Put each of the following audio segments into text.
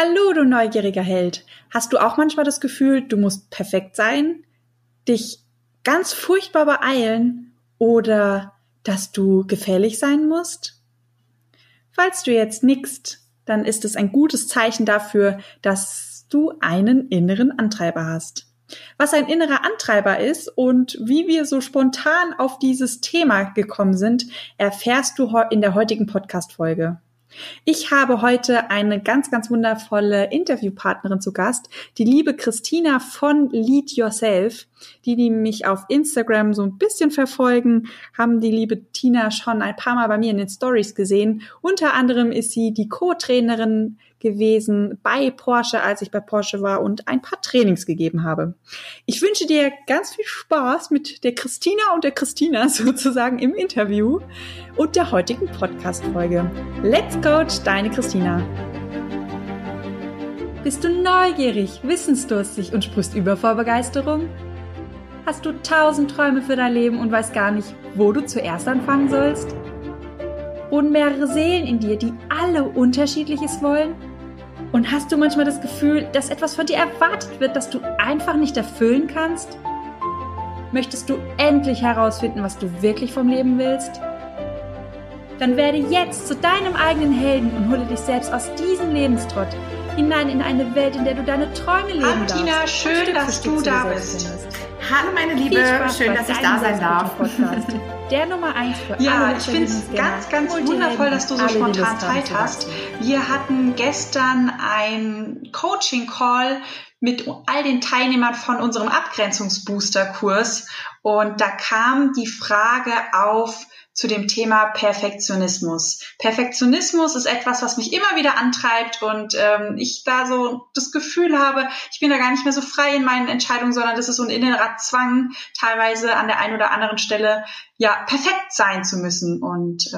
Hallo, du neugieriger Held. Hast du auch manchmal das Gefühl, du musst perfekt sein, dich ganz furchtbar beeilen oder dass du gefällig sein musst? Falls du jetzt nickst, dann ist es ein gutes Zeichen dafür, dass du einen inneren Antreiber hast. Was ein innerer Antreiber ist und wie wir so spontan auf dieses Thema gekommen sind, erfährst du in der heutigen Podcast-Folge. Ich habe heute eine ganz, ganz wundervolle Interviewpartnerin zu Gast, die liebe Christina von Lead Yourself. Die mich auf Instagram so ein bisschen verfolgen, haben die liebe Tina schon ein paar Mal bei mir in den Stories gesehen. Unter anderem ist sie die Co-Trainerin gewesen bei Porsche, als ich bei Porsche war und ein paar Trainings gegeben habe. Ich wünsche dir ganz viel Spaß mit der Christina und der Christina sozusagen im Interview und der heutigen Podcast-Folge. Let's Coach, deine Christina. Bist du neugierig, wissensdurstig und sprichst über vor Begeisterung? Hast du 1000 Träume für dein Leben und weißt gar nicht, wo du zuerst anfangen sollst? Wohnen mehrere Seelen in dir, die alle Unterschiedliches wollen? Und hast du manchmal das Gefühl, dass etwas von dir erwartet wird, das du einfach nicht erfüllen kannst? Möchtest du endlich herausfinden, was du wirklich vom Leben willst? Dann werde jetzt zu deinem eigenen Helden und hole dich selbst aus diesem Lebenstrott hinein in eine Welt, in der du deine Träume leben darfst. Tina, schön, dass du da bist. Hallo meine Liebe, schön, dass ich da sein darf. Der Nummer 1 für alle. Ja, ich finde es ganz, ganz wundervoll, dass du so spontan Zeit hast. Wir hatten gestern ein Coaching-Call mit all den Teilnehmern von unserem Abgrenzungsbooster-Kurs und da kam die Frage auf zu dem Thema Perfektionismus. Perfektionismus ist etwas, was mich immer wieder antreibt und ich da so das Gefühl habe, ich bin da gar nicht mehr so frei in meinen Entscheidungen, sondern das ist so ein innerer Zwang, teilweise an der einen oder anderen Stelle ja perfekt sein zu müssen. Und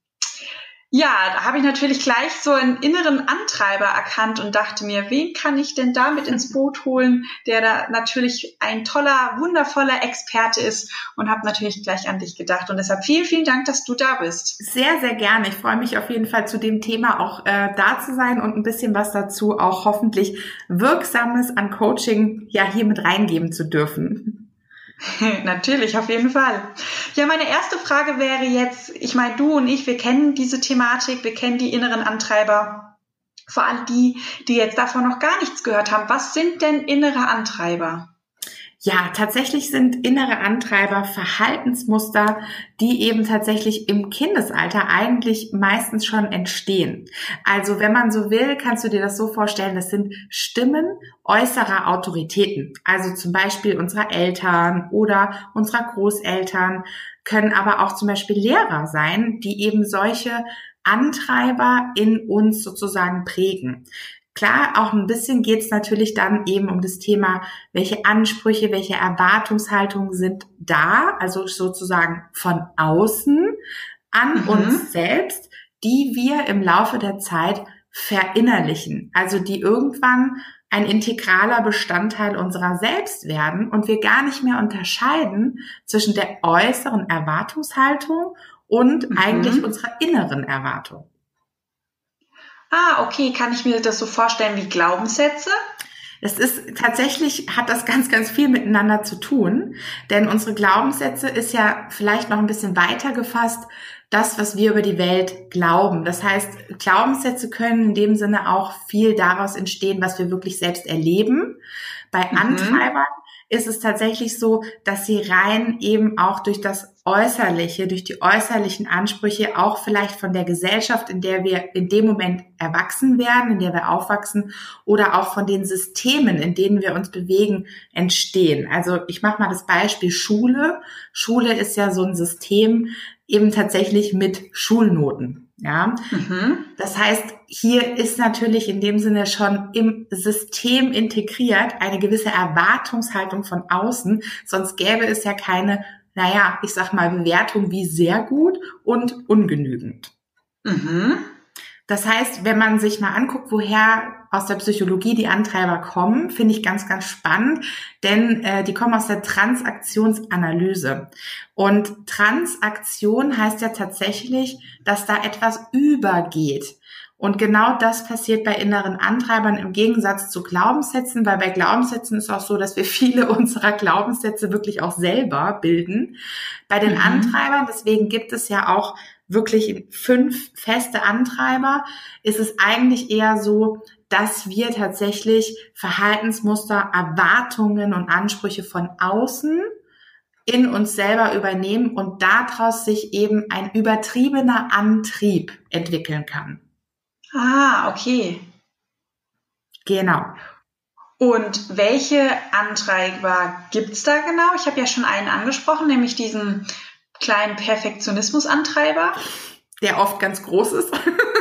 ja, da habe ich natürlich gleich so einen inneren Antreiber erkannt und dachte mir, wen kann ich denn da mit ins Boot holen, der da natürlich ein toller, wundervoller Experte ist und habe natürlich gleich an dich gedacht. Und deshalb vielen, vielen Dank, dass du da bist. Sehr, sehr gerne. Ich freue mich auf jeden Fall zu dem Thema auch da zu sein und ein bisschen was dazu auch hoffentlich Wirksames an Coaching ja hier mit reingeben zu dürfen. Natürlich, auf jeden Fall. Ja, meine erste Frage wäre jetzt, ich meine, du und ich, wir kennen diese Thematik, wir kennen die inneren Antreiber. Vor allem die jetzt davon noch gar nichts gehört haben. Was sind denn innere Antreiber? Ja, tatsächlich sind innere Antreiber Verhaltensmuster, die eben tatsächlich im Kindesalter eigentlich meistens schon entstehen. Also wenn man so will, kannst du dir das so vorstellen, das sind Stimmen äußerer Autoritäten. Also zum Beispiel unserer Eltern oder unserer Großeltern, können aber auch zum Beispiel Lehrer sein, die eben solche Antreiber in uns sozusagen prägen. Klar, auch ein bisschen geht es natürlich dann eben um das Thema, welche Ansprüche, welche Erwartungshaltungen sind da, also sozusagen von außen an uns selbst, die wir im Laufe der Zeit verinnerlichen, also die irgendwann ein integraler Bestandteil unserer selbst werden und wir gar nicht mehr unterscheiden zwischen der äußeren Erwartungshaltung und eigentlich unserer inneren Erwartung. Ah, okay. Kann ich mir das so vorstellen wie Glaubenssätze? Es ist tatsächlich, hat das ganz, ganz viel miteinander zu tun, denn unsere Glaubenssätze ist ja vielleicht noch ein bisschen weiter gefasst, das, was wir über die Welt glauben. Das heißt, Glaubenssätze können in dem Sinne auch viel daraus entstehen, was wir wirklich selbst erleben. Bei Antreibern ist es tatsächlich so, dass sie rein eben auch durch das Äußerliche, durch die äußerlichen Ansprüche auch vielleicht von der Gesellschaft, in der wir in dem Moment erwachsen werden, in der wir aufwachsen oder auch von den Systemen, in denen wir uns bewegen, entstehen. Also ich mache mal das Beispiel Schule. Schule ist ja so ein System eben tatsächlich mit Schulnoten. Ja, das heißt, hier ist natürlich in dem Sinne schon im System integriert eine gewisse Erwartungshaltung von außen, sonst gäbe es ja keine, ich sag mal, Bewertung wie sehr gut und ungenügend. Das heißt, wenn man sich mal anguckt, woher aus der Psychologie die Antreiber kommen, finde ich ganz, ganz spannend, denn die kommen aus der Transaktionsanalyse. Und Transaktion heißt ja tatsächlich, dass da etwas übergeht. Und genau das passiert bei inneren Antreibern im Gegensatz zu Glaubenssätzen, weil bei Glaubenssätzen ist auch so, dass wir viele unserer Glaubenssätze wirklich auch selber bilden. Bei den Antreibern, deswegen gibt es ja auch wirklich 5 feste Antreiber, ist es eigentlich eher so, dass wir tatsächlich Verhaltensmuster, Erwartungen und Ansprüche von außen in uns selber übernehmen und daraus sich eben ein übertriebener Antrieb entwickeln kann. Ah, okay. Genau. Und welche Antreiber gibt's da genau? Ich habe ja schon einen angesprochen, nämlich diesen kleinen Perfektionismus-Antreiber. Der oft ganz groß ist.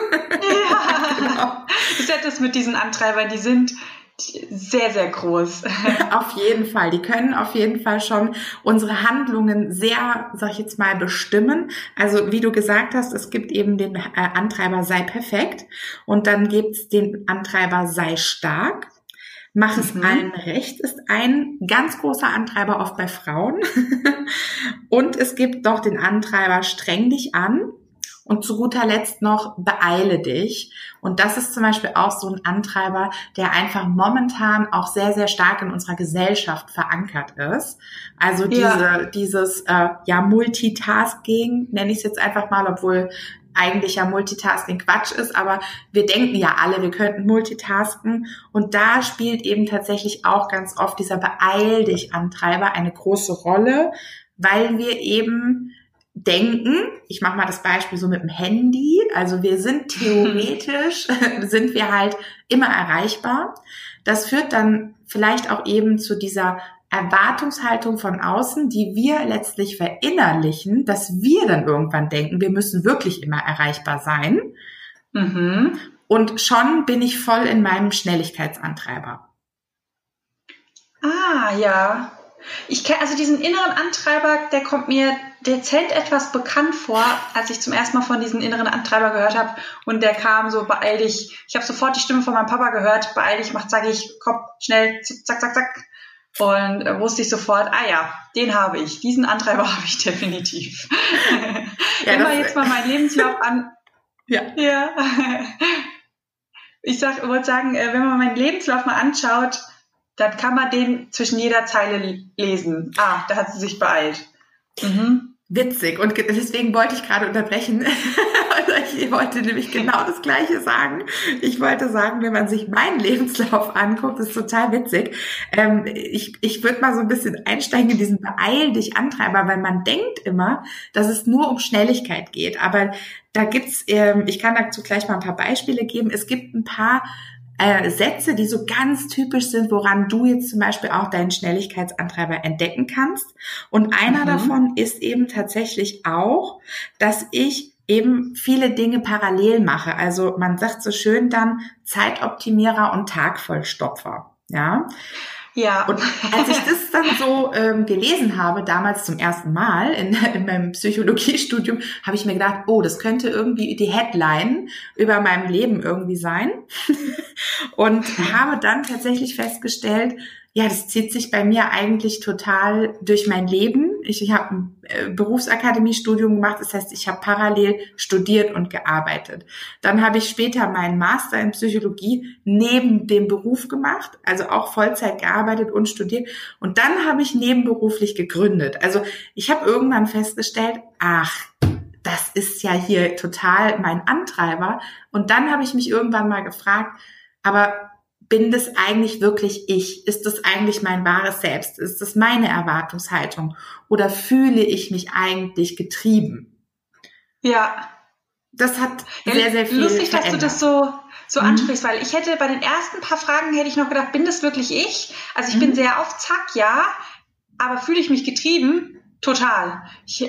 Ja, genau. Das ist ja das mit diesen Antreibern, die sind sehr, sehr groß. Auf jeden Fall. Die können auf jeden Fall schon unsere Handlungen sehr, sag ich jetzt mal, bestimmen. Also wie du gesagt hast, es gibt eben den Antreiber sei perfekt und dann gibt's den Antreiber sei stark. Mach es allen recht ist ein ganz großer Antreiber oft bei Frauen. Und es gibt noch den Antreiber streng dich an. Und zu guter Letzt noch, beeile dich. Und das ist zum Beispiel auch so ein Antreiber, der einfach momentan auch sehr, sehr stark in unserer Gesellschaft verankert ist. Also dieses Multitasking, nenne ich es jetzt einfach mal, obwohl eigentlich ja Multitasking Quatsch ist, aber wir denken ja alle, wir könnten multitasken. Und da spielt eben tatsächlich auch ganz oft dieser Beeil dich Antreiber eine große Rolle, weil wir eben denken, ich mache mal das Beispiel so mit dem Handy, also wir sind theoretisch, sind wir halt immer erreichbar. Das führt dann vielleicht auch eben zu dieser Erwartungshaltung von außen, die wir letztlich verinnerlichen, dass wir dann irgendwann denken, wir müssen wirklich immer erreichbar sein. Und schon bin ich voll in meinem Schnelligkeitsantreiber. Ah, ja. Ich kenne also diesen inneren Antreiber, der kommt mir dezent etwas bekannt vor, als ich zum ersten Mal von diesem inneren Antreiber gehört habe und der kam so, beeil dich. Ich habe sofort die Stimme von meinem Papa gehört, beeil dich, mach zackig, komm, schnell, zack, zack, zack. Und wusste ich sofort, den habe ich, diesen Antreiber habe ich definitiv. Ja, immer jetzt mal meinen Lebenslauf an. Ja. Ich wollte sagen, wenn man meinen Lebenslauf mal anschaut, dann kann man den zwischen jeder Zeile lesen. Da hat sie sich beeilt. Witzig. Und deswegen wollte ich gerade unterbrechen. Ich wollte nämlich genau das Gleiche sagen. Ich wollte sagen, wenn man sich meinen Lebenslauf anguckt, ist total witzig. Ich würde mal so ein bisschen einsteigen in diesen Beeil dich Antreiber, weil man denkt immer, dass es nur um Schnelligkeit geht. Aber da gibt's, ich kann dazu gleich mal ein paar Beispiele geben. Es gibt ein paar Sätze, die so ganz typisch sind, woran du jetzt zum Beispiel auch deinen Schnelligkeitsantreiber entdecken kannst. Und einer davon ist eben tatsächlich auch, dass ich eben viele Dinge parallel mache. Also man sagt so schön dann Zeitoptimierer und Tagvollstopfer. Ja. Ja. Und als ich das dann so gelesen habe, damals zum ersten Mal in meinem Psychologiestudium, habe ich mir gedacht, das könnte irgendwie die Headline über meinem Leben irgendwie sein. Und habe dann tatsächlich festgestellt, das zieht sich bei mir eigentlich total durch mein Leben. Ich habe ein Berufsakademiestudium gemacht, das heißt, ich habe parallel studiert und gearbeitet. Dann habe ich später meinen Master in Psychologie neben dem Beruf gemacht, also auch Vollzeit gearbeitet und studiert. Und dann habe ich nebenberuflich gegründet. Also ich habe irgendwann festgestellt, das ist ja hier total mein Antreiber. Und dann habe ich mich irgendwann mal gefragt, aber bin das eigentlich wirklich ich? Ist das eigentlich mein wahres Selbst? Ist das meine Erwartungshaltung? Oder fühle ich mich eigentlich getrieben? Ja. Das hat sehr, sehr viel lustig, verändert. Dass du das so ansprichst, weil ich hätte bei den ersten paar Fragen hätte ich noch gedacht, bin das wirklich ich? Also ich bin sehr auf Zack, ja, aber fühle ich mich getrieben? Total.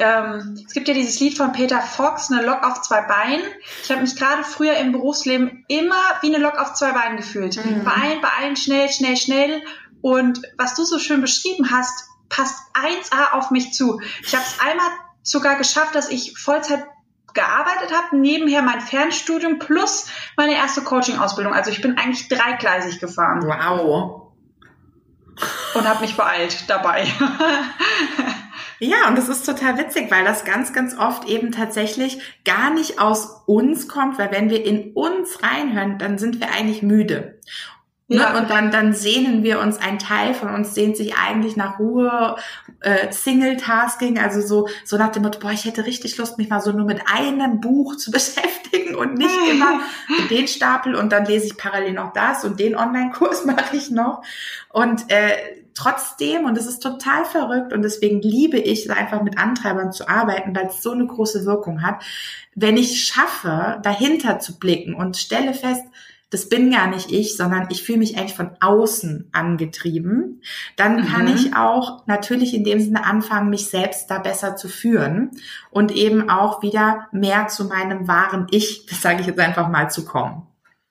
Es gibt ja dieses Lied von Peter Fox, eine Lok auf 2 Beinen. Ich habe mich gerade früher im Berufsleben immer wie eine Lok auf 2 Beinen gefühlt. Beeilen, schnell, schnell, schnell. Und was du so schön beschrieben hast, passt 1A auf mich zu. Ich habe es einmal sogar geschafft, dass ich Vollzeit gearbeitet habe, nebenher mein Fernstudium plus meine erste Coaching-Ausbildung. Also ich bin eigentlich 3-gleisig gefahren. Wow. Und habe mich beeilt dabei. Ja, und das ist total witzig, weil das ganz, ganz oft eben tatsächlich gar nicht aus uns kommt, weil wenn wir in uns reinhören, dann sind wir eigentlich müde. Ja. Ne? Und dann sehnen wir uns, ein Teil von uns sehnt sich eigentlich nach Ruhe, Single-Tasking, also so nach dem Motto, boah, ich hätte richtig Lust, mich mal so nur mit einem Buch zu beschäftigen und nicht immer mit den Stapel und dann lese ich parallel noch das und den Online-Kurs mache ich noch. Und trotzdem, und es ist total verrückt und deswegen liebe ich es einfach mit Antreibern zu arbeiten, weil es so eine große Wirkung hat, wenn ich schaffe, dahinter zu blicken und stelle fest, das bin gar nicht ich, sondern ich fühle mich eigentlich von außen angetrieben, dann kann ich auch natürlich in dem Sinne anfangen, mich selbst da besser zu führen und eben auch wieder mehr zu meinem wahren Ich, das sage ich jetzt einfach mal, zu kommen.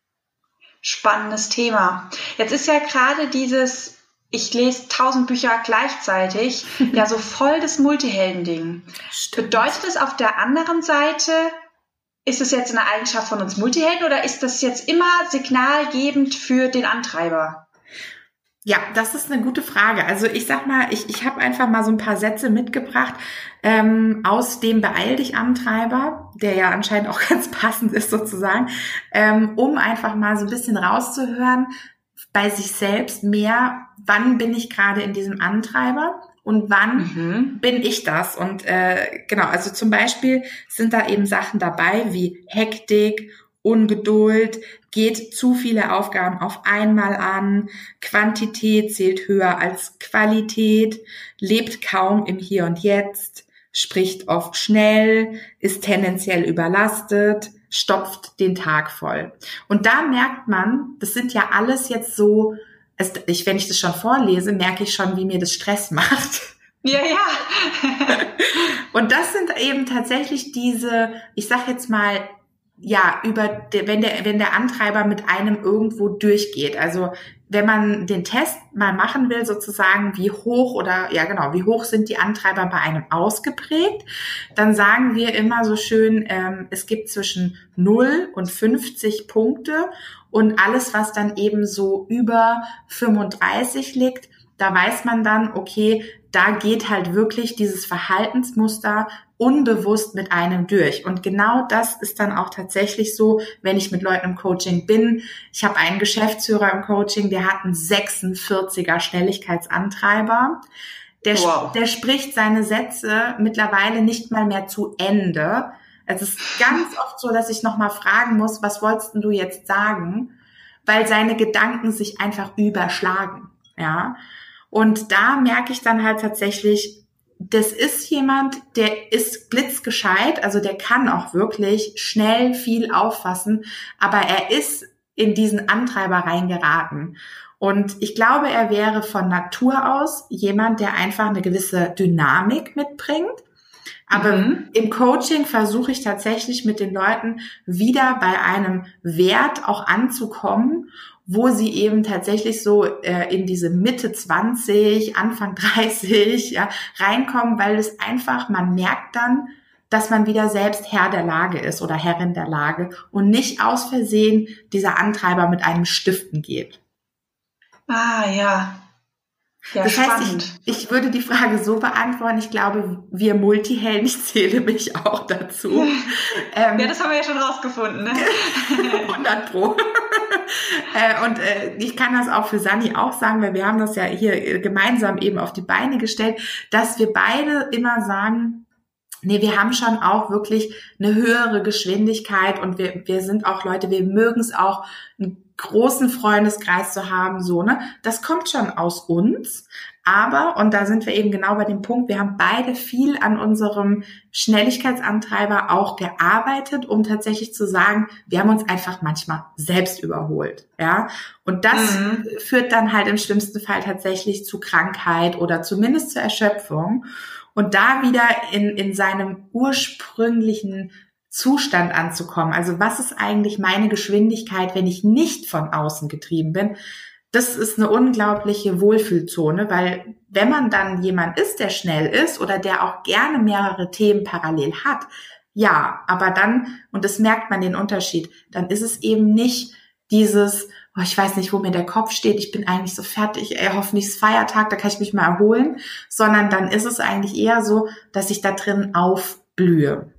Spannendes Thema. Jetzt ist ja gerade dieses, ich lese 1000 Bücher gleichzeitig, ja so voll das Multihelden-Ding. Bedeutet es auf der anderen Seite, ist es jetzt eine Eigenschaft von uns Multihelden oder ist das jetzt immer signalgebend für den Antreiber? Ja, das ist eine gute Frage. Also ich sag mal, ich habe einfach mal so ein paar Sätze mitgebracht aus dem Beeil dich Antreiber, der ja anscheinend auch ganz passend ist sozusagen, um einfach mal so ein bisschen rauszuhören bei sich selbst mehr, wann bin ich gerade in diesem Antreiber? Und wann bin ich das? Und genau, also zum Beispiel sind da eben Sachen dabei wie Hektik, Ungeduld, geht zu viele Aufgaben auf einmal an, Quantität zählt höher als Qualität, lebt kaum im Hier und Jetzt, spricht oft schnell, ist tendenziell überlastet, stopft den Tag voll. Und da merkt man, das sind ja alles jetzt so, wenn ich das schon vorlese, merke ich schon, wie mir das Stress macht. Ja, ja. Und das sind eben tatsächlich diese, ich sag jetzt mal, ja, wenn der Antreiber mit einem irgendwo durchgeht. Also wenn man den Test mal machen will, sozusagen, wie hoch sind die Antreiber bei einem ausgeprägt, dann sagen wir immer so schön, es gibt zwischen 0 und 50 Punkte und alles, was dann eben so über 35 liegt, da weiß man dann, okay, da geht halt wirklich dieses Verhaltensmuster unbewusst mit einem durch. Und genau das ist dann auch tatsächlich so, wenn ich mit Leuten im Coaching bin. Ich habe einen Geschäftsführer im Coaching, der hat einen 46er Schnelligkeitsantreiber. Der spricht seine Sätze mittlerweile nicht mal mehr zu Ende. Es ist ganz oft so, dass ich nochmal fragen muss, was wolltest denn du jetzt sagen? Weil seine Gedanken sich einfach überschlagen. Ja. Und da merke ich dann halt tatsächlich, das ist jemand, der ist blitzgescheit, also der kann auch wirklich schnell viel auffassen, aber er ist in diesen Antreiber reingeraten. Und ich glaube, er wäre von Natur aus jemand, der einfach eine gewisse Dynamik mitbringt. Aber im Coaching versuche ich tatsächlich mit den Leuten wieder bei einem Wert auch anzukommen, wo sie eben tatsächlich so in diese Mitte 20, Anfang 30 ja, reinkommen, weil es einfach, man merkt dann, dass man wieder selbst Herr der Lage ist oder Herrin der Lage und nicht aus Versehen dieser Antreiber mit einem Stiften geht. Ah, ja. Ja, das spannend. heißt, ich würde die Frage so beantworten, ich glaube, wir Multihelden, ich zähle mich auch dazu. Ja, das haben wir ja schon rausgefunden. Ne? 100%. Und ich kann das auch für Sani auch sagen, weil wir haben das ja hier gemeinsam eben auf die Beine gestellt, dass wir beide immer sagen, nee, wir haben schon auch wirklich eine höhere Geschwindigkeit und wir sind auch Leute, wir mögen es auch, einen großen Freundeskreis zu haben, so, ne? Das kommt schon aus uns, aber, und da sind wir eben genau bei dem Punkt, wir haben beide viel an unserem Schnelligkeitsantreiber auch gearbeitet, um tatsächlich zu sagen, wir haben uns einfach manchmal selbst überholt, ja? Und das führt dann halt im schlimmsten Fall tatsächlich zu Krankheit oder zumindest zur Erschöpfung. Und da wieder in seinem ursprünglichen Zustand anzukommen. Also was ist eigentlich meine Geschwindigkeit, wenn ich nicht von außen getrieben bin? Das ist eine unglaubliche Wohlfühlzone, weil wenn man dann jemand ist, der schnell ist oder der auch gerne mehrere Themen parallel hat, ja, aber dann, und das merkt man den Unterschied, dann ist es eben nicht dieses, oh, ich weiß nicht, wo mir der Kopf steht, ich bin eigentlich so fertig, hoffentlich ist Feiertag, da kann ich mich mal erholen, sondern dann ist es eigentlich eher so, dass ich da drin aufblühe.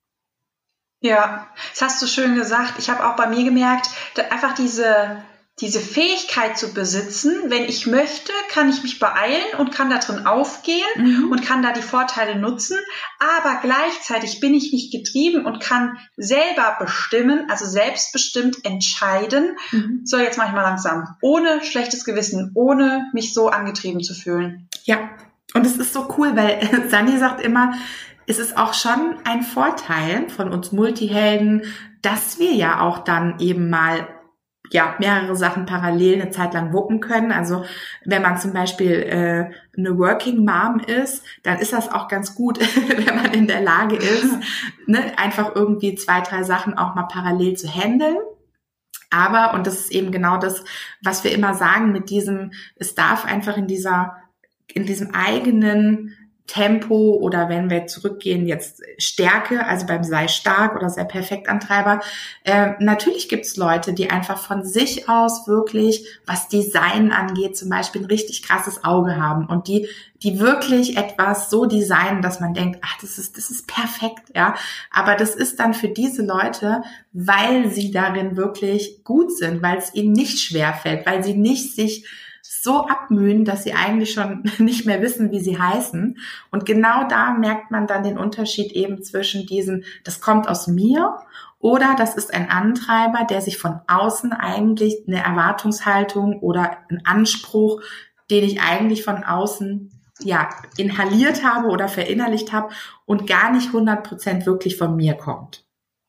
Ja, das hast du schön gesagt. Ich habe auch bei mir gemerkt, einfach diese Fähigkeit zu besitzen, wenn ich möchte, kann ich mich beeilen und kann da drin aufgehen und kann da die Vorteile nutzen, aber gleichzeitig bin ich nicht getrieben und kann selber bestimmen, also selbstbestimmt entscheiden, so jetzt mache ich mal langsam, ohne schlechtes Gewissen, ohne mich so angetrieben zu fühlen. Ja, und es ist so cool, weil Sanni sagt immer, es ist auch schon ein Vorteil von uns Multihelden, dass wir ja auch dann eben mal mehrere Sachen parallel eine Zeit lang wuppen können. Also wenn man zum Beispiel eine Working Mom ist, dann ist das auch ganz gut, wenn man in der Lage ist, einfach irgendwie 2, 3 Sachen auch mal parallel zu handeln. Aber, und das ist eben genau das, was wir immer sagen mit diesem, es darf einfach in diesem eigenen Tempo oder wenn wir zurückgehen, jetzt Stärke, also beim sei stark oder sei perfekt Antreiber. Natürlich gibt's Leute, die einfach von sich aus wirklich, was Design angeht, zum Beispiel ein richtig krasses Auge haben und die wirklich etwas so designen, dass man denkt, ach, das ist perfekt, ja. Aber das ist dann für diese Leute, weil sie darin wirklich gut sind, weil es ihnen nicht schwerfällt, weil sie nicht sich so abmühen, dass sie eigentlich schon nicht mehr wissen, wie sie heißen. Und genau da merkt man dann den Unterschied eben zwischen diesen, das kommt aus mir oder das ist ein Antreiber, der sich von außen eigentlich eine Erwartungshaltung oder einen Anspruch, den ich eigentlich von außen inhaliert habe oder verinnerlicht habe und gar nicht 100% wirklich von mir kommt.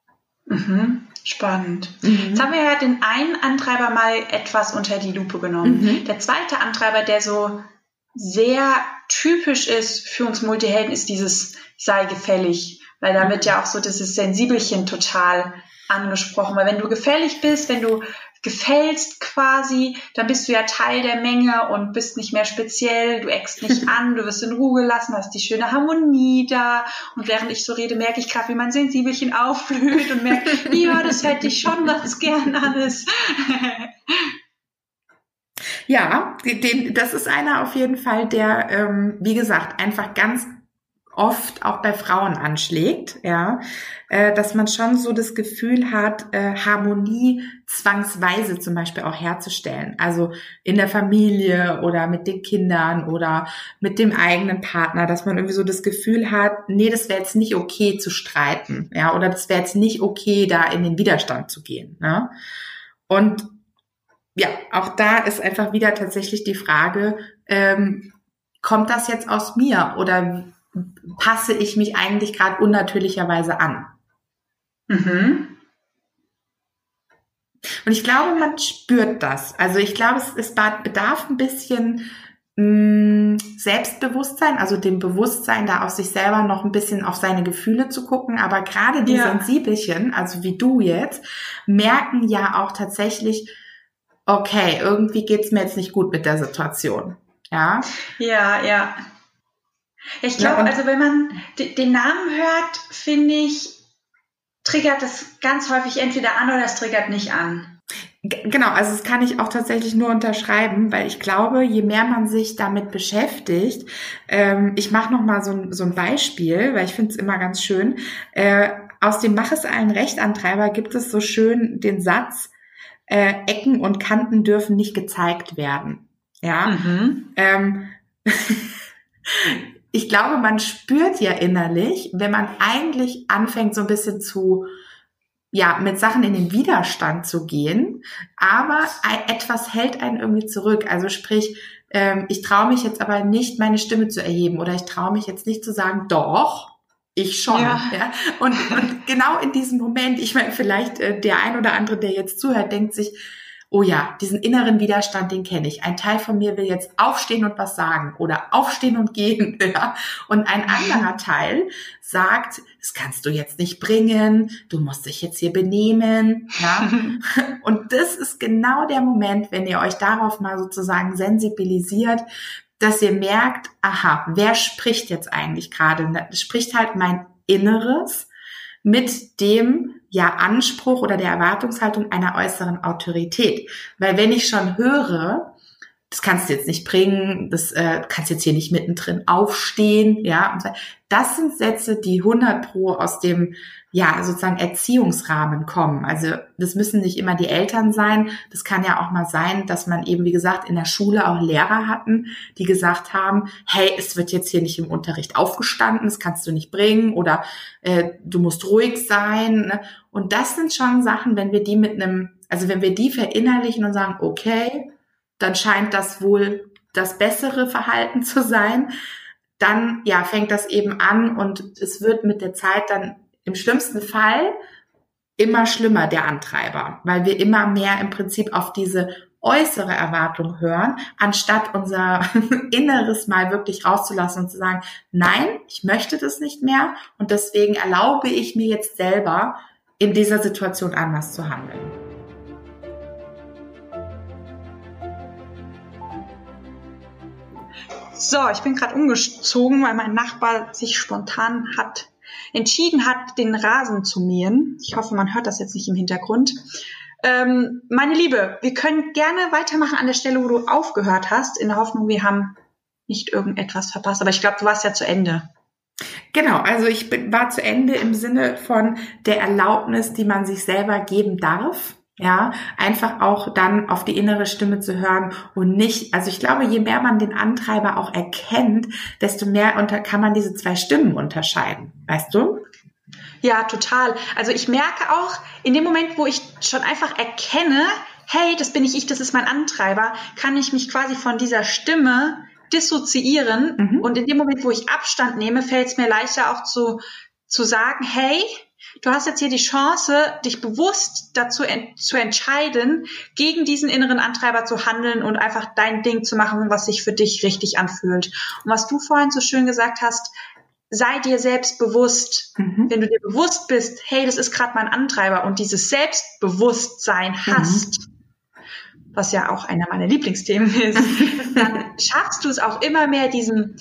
Spannend. Jetzt haben wir ja den einen Antreiber mal etwas unter die Lupe genommen. Der zweite Antreiber, der so sehr typisch ist für uns Multihelden, ist dieses sei gefällig, weil da wird ja auch so dieses Sensibelchen total angesprochen, weil wenn du gefällig bist, wenn du gefällst quasi, dann bist du ja Teil der Menge und bist nicht mehr speziell, du eckst nicht an, du wirst in Ruhe gelassen, hast die schöne Harmonie da und während ich so rede, merke ich gerade, wie mein Sensibelchen aufblüht und merke, ja, das hätte ich schon ganz gern alles. Ja, das ist einer auf jeden Fall, der, wie gesagt, einfach ganz oft auch bei Frauen anschlägt, dass man schon so das Gefühl hat, Harmonie zwangsweise zum Beispiel auch herzustellen. Also in der Familie oder mit den Kindern oder mit dem eigenen Partner, dass man irgendwie so das Gefühl hat, nee, das wäre jetzt nicht okay zu streiten, oder das wäre jetzt nicht okay, da in den Widerstand zu gehen. Ne? Und auch da ist einfach wieder tatsächlich die Frage, kommt das jetzt aus mir oder passe ich mich eigentlich gerade unnatürlicherweise an? Und ich glaube, man spürt das. Also ich glaube, es bedarf ein bisschen Selbstbewusstsein, also dem Bewusstsein, da auf sich selber noch ein bisschen auf seine Gefühle zu gucken. Aber gerade die Sensibelchen, also wie du jetzt, merken ja auch tatsächlich, okay, irgendwie geht's mir jetzt nicht gut mit der Situation. Ja. Ich glaube, also wenn man den Namen hört, finde ich, triggert das ganz häufig entweder an oder es triggert nicht an. Genau, also das kann ich auch tatsächlich nur unterschreiben, weil ich glaube, je mehr man sich damit beschäftigt, ich mache nochmal so ein Beispiel, weil ich finde es immer ganz schön, aus dem Mach es allen recht Antreiber gibt es so schön den Satz, Ecken und Kanten dürfen nicht gezeigt werden. Ja. Ich glaube, man spürt ja innerlich, wenn man eigentlich anfängt, so ein bisschen mit Sachen in den Widerstand zu gehen, aber etwas hält einen irgendwie zurück. Also sprich, ich traue mich jetzt aber nicht, meine Stimme zu erheben oder ich traue mich jetzt nicht zu sagen, doch, ich schon. Ja. Und genau in diesem Moment, ich meine, vielleicht der ein oder andere, der jetzt zuhört, denkt sich, oh ja, diesen inneren Widerstand, den kenne ich. Ein Teil von mir will jetzt aufstehen und was sagen oder aufstehen und gehen. Ja? Und ein anderer Teil sagt, das kannst du jetzt nicht bringen, du musst dich jetzt hier benehmen. Ja? Und das ist genau der Moment, wenn ihr euch darauf mal sozusagen sensibilisiert, dass ihr merkt, aha, wer spricht jetzt eigentlich gerade? Das spricht halt mein Inneres mit dem, Anspruch oder der Erwartungshaltung einer äußeren Autorität. Weil wenn ich schon höre, das kannst du jetzt nicht bringen, das kannst jetzt hier nicht mittendrin aufstehen, ja, und so. Das sind Sätze, die 100% aus dem, sozusagen Erziehungsrahmen kommen. Also das müssen nicht immer die Eltern sein, das kann ja auch mal sein, dass man eben, wie gesagt, in der Schule auch Lehrer hatten, die gesagt haben, hey, es wird jetzt hier nicht im Unterricht aufgestanden, das kannst du nicht bringen, oder du musst ruhig sein, ne? Und das sind schon Sachen, wenn wir die wenn wir die verinnerlichen und sagen, okay, dann scheint das wohl das bessere Verhalten zu sein, dann fängt das eben an und es wird mit der Zeit dann im schlimmsten Fall immer schlimmer, der Antreiber, weil wir immer mehr im Prinzip auf diese äußere Erwartung hören, anstatt unser Inneres mal wirklich rauszulassen und zu sagen, nein, ich möchte das nicht mehr und deswegen erlaube ich mir jetzt selber, in dieser Situation anders zu handeln. So, ich bin gerade umgezogen, weil mein Nachbar sich spontan entschieden hat, den Rasen zu mähen. Ich hoffe, man hört das jetzt nicht im Hintergrund. Meine Liebe, wir können gerne weitermachen an der Stelle, wo du aufgehört hast, in der Hoffnung, wir haben nicht irgendetwas verpasst. Aber ich glaube, du warst ja zu Ende. Genau, also ich war zu Ende im Sinne von der Erlaubnis, die man sich selber geben darf. Ja, einfach auch dann auf die innere Stimme zu hören und nicht, also ich glaube, je mehr man den Antreiber auch erkennt, desto mehr kann man diese zwei Stimmen unterscheiden, weißt du? Ja, total. Also ich merke auch, in dem Moment, wo ich schon einfach erkenne, hey, das bin nicht ich, das ist mein Antreiber, kann ich mich quasi von dieser Stimme dissoziieren. Und in dem Moment, wo ich Abstand nehme, fällt es mir leichter auch zu sagen, hey, du hast jetzt hier die Chance, dich bewusst dazu zu entscheiden, gegen diesen inneren Antreiber zu handeln und einfach dein Ding zu machen, was sich für dich richtig anfühlt. Und was du vorhin so schön gesagt hast, sei dir selbst bewusst. Wenn du dir bewusst bist, hey, das ist gerade mein Antreiber und dieses Selbstbewusstsein hast, was ja auch einer meiner Lieblingsthemen ist, dann schaffst du es auch immer mehr, diesem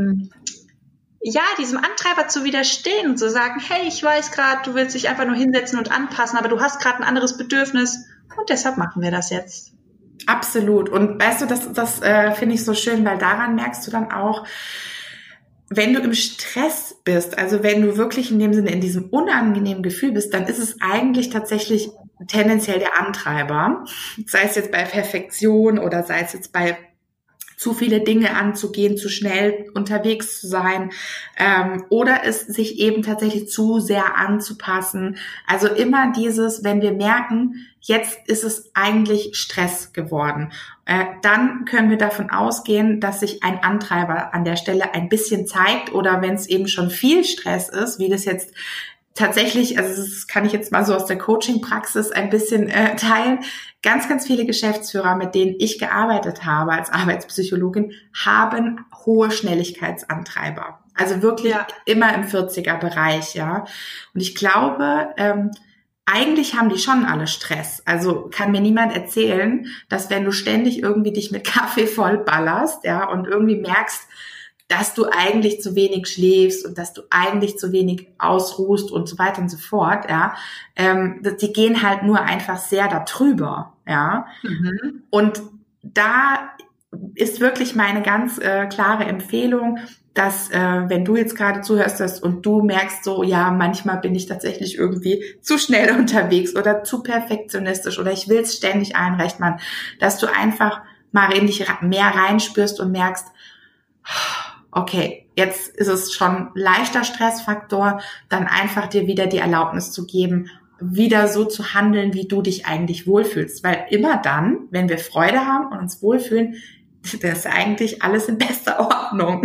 Antreiber zu widerstehen und zu sagen, hey, ich weiß gerade, du willst dich einfach nur hinsetzen und anpassen, aber du hast gerade ein anderes Bedürfnis und deshalb machen wir das jetzt. Absolut. Und weißt du, das finde ich so schön, weil daran merkst du dann auch, wenn du im Stress bist, also wenn du wirklich in dem Sinne in diesem unangenehmen Gefühl bist, dann ist es eigentlich tatsächlich tendenziell der Antreiber, sei es jetzt bei Perfektion oder sei es jetzt bei zu viele Dinge anzugehen, zu schnell unterwegs zu sein, oder es sich eben tatsächlich zu sehr anzupassen. Also immer dieses, wenn wir merken, jetzt ist es eigentlich Stress geworden, dann können wir davon ausgehen, dass sich ein Antreiber an der Stelle ein bisschen zeigt, oder wenn es eben schon viel Stress ist, wie das jetzt tatsächlich, also das kann ich jetzt mal so aus der Coaching-Praxis ein bisschen teilen. Ganz, ganz viele Geschäftsführer, mit denen ich gearbeitet habe als Arbeitspsychologin, haben hohe Schnelligkeitsantreiber. Also wirklich immer im 40er-Bereich, ja. Und ich glaube, eigentlich haben die schon alle Stress. Also kann mir niemand erzählen, dass wenn du ständig irgendwie dich mit Kaffee vollballerst, ja, und irgendwie merkst, dass du eigentlich zu wenig schläfst und dass du eigentlich zu wenig ausruhst und so weiter und so fort, ja, die gehen halt nur einfach sehr da drüber, ja. Und da ist wirklich meine ganz klare Empfehlung, dass wenn du jetzt gerade zuhörst und du merkst so, ja, manchmal bin ich tatsächlich irgendwie zu schnell unterwegs oder zu perfektionistisch oder ich will es ständig einrechnen, dass du einfach mal in dich mehr reinspürst und merkst, okay, jetzt ist es schon leichter Stressfaktor, dann einfach dir wieder die Erlaubnis zu geben, wieder so zu handeln, wie du dich eigentlich wohlfühlst. Weil immer dann, wenn wir Freude haben und uns wohlfühlen, das ist eigentlich alles in bester Ordnung.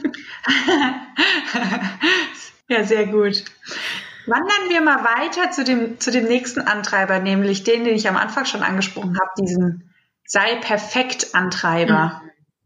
Ja, sehr gut. Wandern wir mal weiter zu dem nächsten Antreiber, nämlich den ich am Anfang schon angesprochen habe, diesen Sei-perfekt-Antreiber.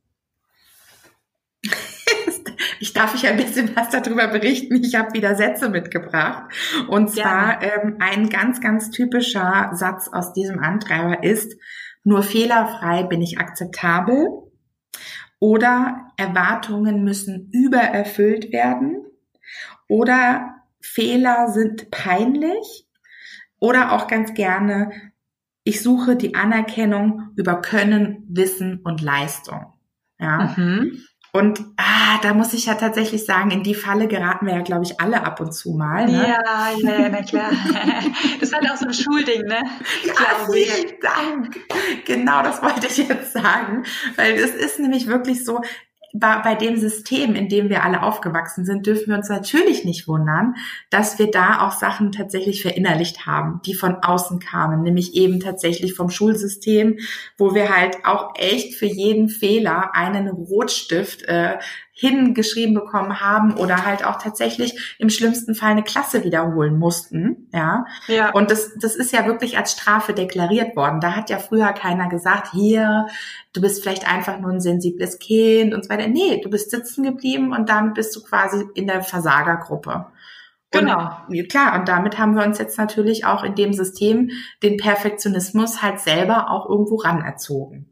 Ich darf euch ein bisschen was darüber berichten. Ich habe wieder Sätze mitgebracht. Und zwar ein ganz, ganz typischer Satz aus diesem Antreiber ist, nur fehlerfrei bin ich akzeptabel, oder Erwartungen müssen übererfüllt werden, oder Fehler sind peinlich, Oder auch ganz gerne, ich suche die Anerkennung über Können, Wissen und Leistung. Ja. Und da muss ich ja tatsächlich sagen, in die Falle geraten wir ja, glaube ich, alle ab und zu mal. Ne? Ja, na klar. Das ist halt auch so ein Schulding, ne? Ja, vielen Dank. Genau, das wollte ich jetzt sagen. Weil es ist nämlich wirklich so, bei dem System, in dem wir alle aufgewachsen sind, dürfen wir uns natürlich nicht wundern, dass wir da auch Sachen tatsächlich verinnerlicht haben, die von außen kamen, nämlich eben tatsächlich vom Schulsystem, wo wir halt auch echt für jeden Fehler einen Rotstift hingeschrieben bekommen haben oder halt auch tatsächlich im schlimmsten Fall eine Klasse wiederholen mussten, ja. Und das ist ja wirklich als Strafe deklariert worden. Da hat ja früher keiner gesagt, hier, du bist vielleicht einfach nur ein sensibles Kind und so weiter. Nee, du bist sitzen geblieben und dann bist du quasi in der Versagergruppe. Genau. Und, klar, und damit haben wir uns jetzt natürlich auch in dem System den Perfektionismus halt selber auch irgendwo ranerzogen.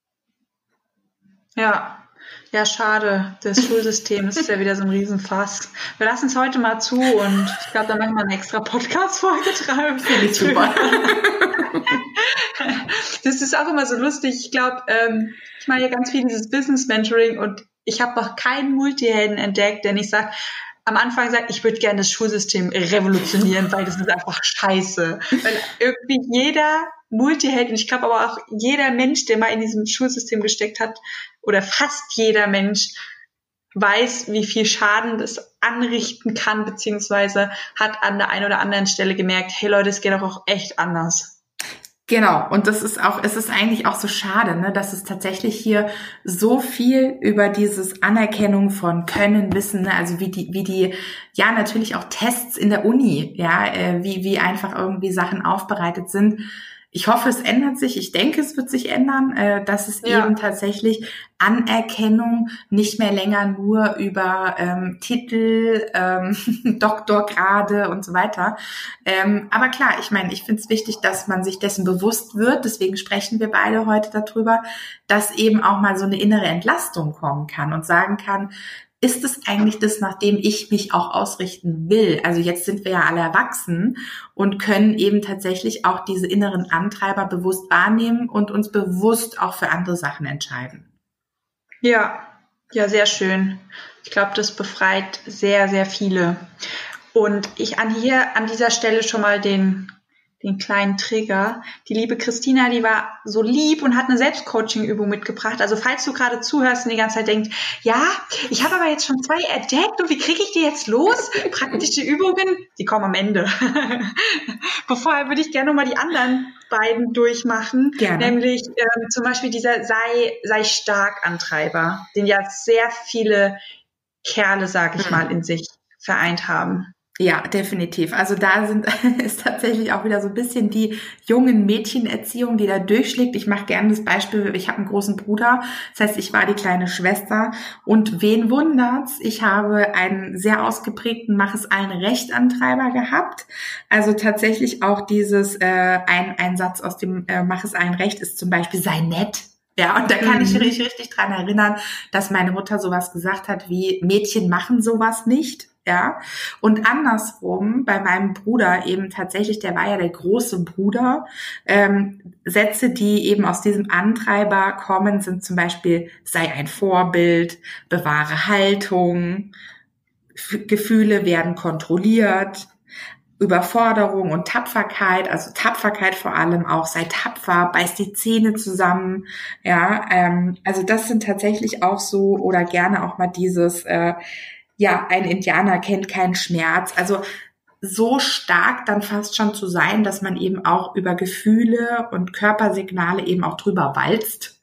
Ja, schade. Das Schulsystem ist ja wieder so ein Riesenfass. Wir lassen es heute mal zu und ich glaube, da machen wir eine extra Podcast-Folge dran. Finde ich super. Das ist auch immer so lustig. Ich glaube, ich mache ja ganz viel dieses Business-Mentoring und ich habe noch keinen Multihelden entdeckt, der nicht sagt, am Anfang sagt, ich würde gerne das Schulsystem revolutionieren, weil das ist einfach scheiße. Weil irgendwie jeder Multiheld, und ich glaube aber auch jeder Mensch, der mal in diesem Schulsystem gesteckt hat, oder fast jeder Mensch, weiß, wie viel Schaden das anrichten kann, beziehungsweise hat an der einen oder anderen Stelle gemerkt, hey Leute, es geht doch auch echt anders. Genau, und es ist eigentlich auch so schade, ne, dass es tatsächlich hier so viel über dieses Anerkennung von Können, Wissen, ne, also wie die, ja, natürlich auch Tests in der Uni, ja, wie einfach irgendwie Sachen aufbereitet sind. Ich hoffe, es ändert sich. Ich denke, es wird sich ändern, dass es eben tatsächlich Anerkennung nicht mehr länger nur über Titel, Doktorgrade und so weiter. Aber klar, ich meine, ich finde es wichtig, dass man sich dessen bewusst wird. Deswegen sprechen wir beide heute darüber, dass eben auch mal so eine innere Entlastung kommen kann und sagen kann, ist es eigentlich das, nach dem ich mich auch ausrichten will? Also jetzt sind wir ja alle erwachsen und können eben tatsächlich auch diese inneren Antreiber bewusst wahrnehmen und uns bewusst auch für andere Sachen entscheiden. Ja, sehr schön. Ich glaube, das befreit sehr, sehr viele. Und ich an dieser Stelle schon mal den kleinen Trigger. Die liebe Christina, die war so lieb und hat eine Selbstcoaching-Übung mitgebracht. Also falls du gerade zuhörst und die ganze Zeit denkst, ja, ich habe aber jetzt schon 2 entdeckt und wie kriege ich die jetzt los? Praktische Übungen, die kommen am Ende. Vorher würde ich gerne nochmal die anderen beiden durchmachen. Gerne. Nämlich zum Beispiel dieser sei stark Antreiber, den ja sehr viele Kerle, sag ich mal, in sich vereint haben. Ja, definitiv. Also da ist tatsächlich auch wieder so ein bisschen die jungen Mädchenerziehung, die da durchschlägt. Ich mache gerne das Beispiel, ich habe einen großen Bruder, das heißt, ich war die kleine Schwester und wen wundert's? Ich habe einen sehr ausgeprägten Mach-es-allen-recht-Antreiber gehabt. Also tatsächlich auch dieses, ein Satz aus dem Mach-es-allen-recht ist zum Beispiel, sei nett. Ja, und da kann ich mich richtig dran erinnern, dass meine Mutter sowas gesagt hat wie, Mädchen machen sowas nicht. Ja, und andersrum bei meinem Bruder eben tatsächlich, der war ja der große Bruder, Sätze, die eben aus diesem Antreiber kommen, sind zum Beispiel, sei ein Vorbild, bewahre Haltung, Gefühle werden kontrolliert, Überforderung und Tapferkeit, also Tapferkeit vor allem auch, sei tapfer, beiß die Zähne zusammen, ja, also das sind tatsächlich auch so, oder gerne auch mal dieses, ein Indianer kennt keinen Schmerz. Also so stark dann fast schon zu sein, dass man eben auch über Gefühle und Körpersignale eben auch drüber walzt.